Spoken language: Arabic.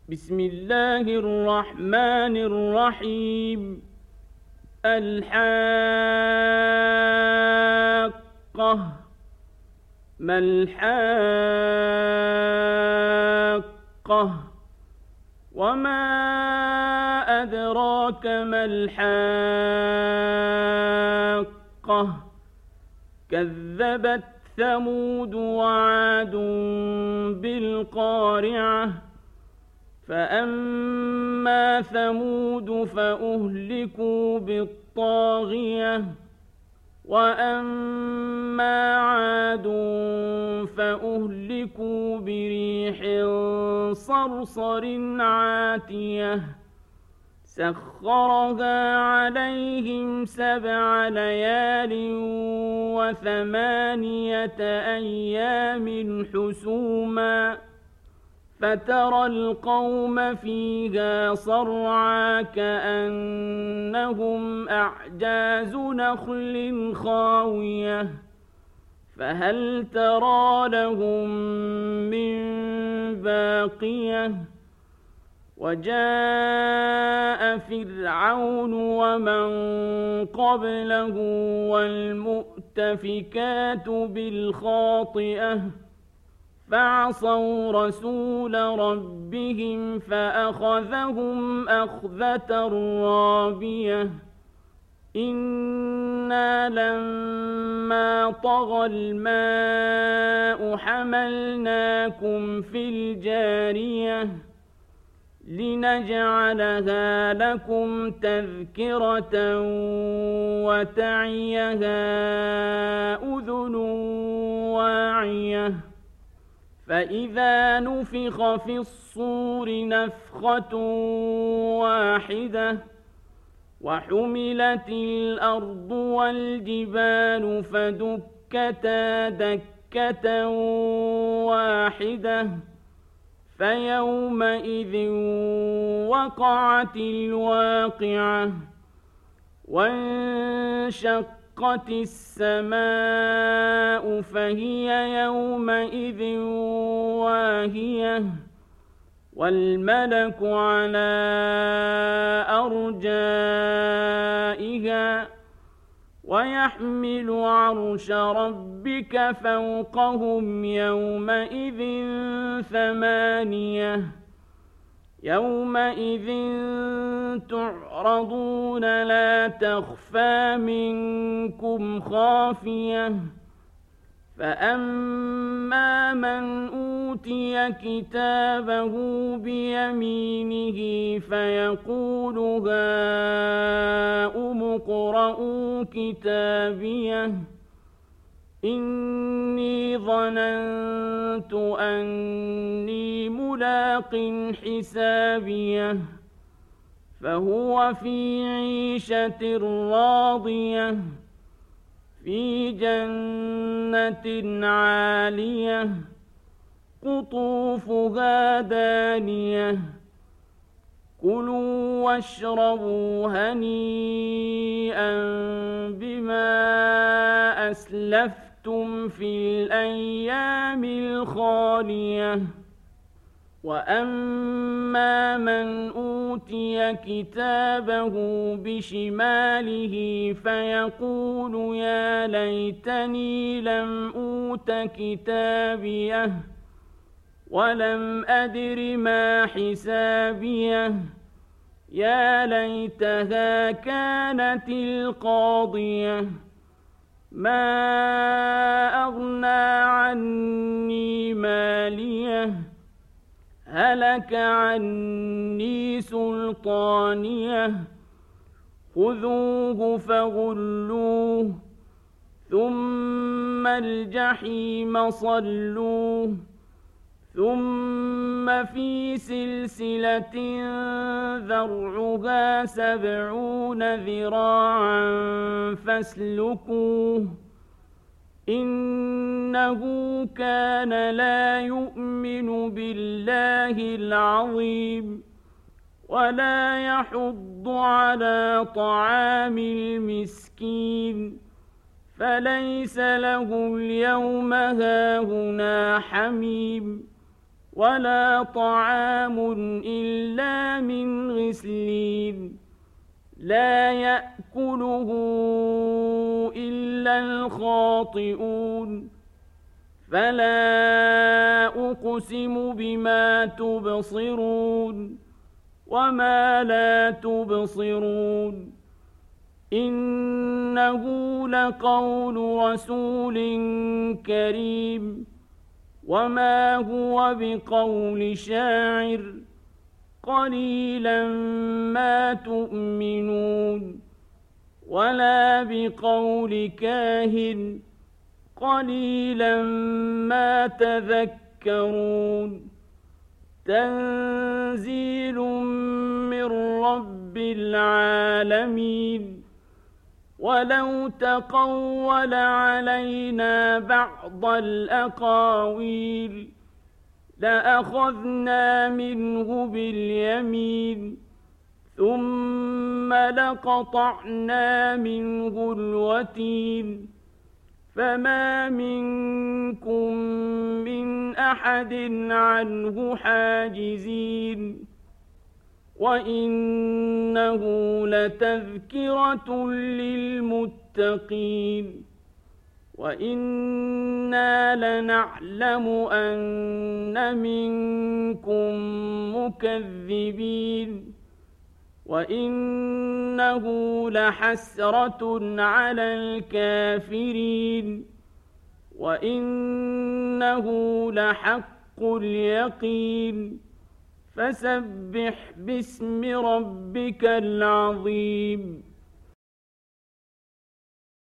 بسم الله الرحمن الرحيم. الحاقة. ما الحاقة؟ وما أدراك ما الحاقة؟ كذبت ثمود وعاد بالقارعة. فأما ثمود فأهلكوا بالطاغية، وأما عاد فأهلكوا بريح صرصر عاتية سخرها عليهم 7 ليال و8 أيام حسوما، فترى القوم فيها صرعى كأنهم أعجاز نخل خاوية، فهل ترى لهم من باقية؟ وجاء فرعون ومن قبله والمؤتفكات بالخاطئة، فعصوا رسول ربهم فأخذهم أخذة رابية. إنا لما طغى الماء حملناكم في الجارية لنجعلها لكم تذكرة وتعيها أذن واعية. فإذا نفخ في الصور نفخة واحدة، وحملت الأرض والجبال فدكتا دكة واحدة، فيومئذ وقعت الواقعة. وانشقت السماء فهي يومئذ واهية، والملك على أرجائها، ويحمل عرش ربك فوقهم يومئذ 8. يومئذ تعرضون لا تخفى منكم خافية. فأما من أوتي كتابه بيمينه فيقول هاؤم اقرءوا كتابيه إني ظننت أني ملاق حسابيه، فهو في عيشة راضية في جنة عالية قطوفها دانية. كلوا واشربوا هنيئا بما أسلفتم في الأيام الخالية. وأما من أوتي كتابه بشماله فيقول يا ليتني لم أوت كتابيه ولم أدر ما حسابيه، يا ليتها كانت القاضية. ما أغنى عني ماليه، هلك عني سلطانيه. خذوه فغلوه ثم الجحيم صلوه، ثم في سلسلة ذرعها 70 ذراعا فاسلكوه، إنه كان لا يؤمن بالله العظيم ولا يحض على طعام المسكين، فليس له اليوم هاهنا حميم ولا طعام إلا من غسلين لا يأكله إلا الخاطئون فلا أقسم بما تبصرون وما لا تبصرون إنه لقول رسول كريم وما هو بقول شاعر قليلا ما تؤمنون ولا بقول كاهن قليلا ما تذكرون تنزيل من رب العالمين ولو تقول علينا بعض الأقاويل لأخذنا منه باليمين ثم لقطعنا منه الوتين فما منكم من أحد عنه حاجزين وإنه لتذكرة للمتقين وإنا لنعلم أن منكم مكذبين وإنه لحسرة على الكافرين وإنه لحق اليقين فسبح باسم ربك العظيم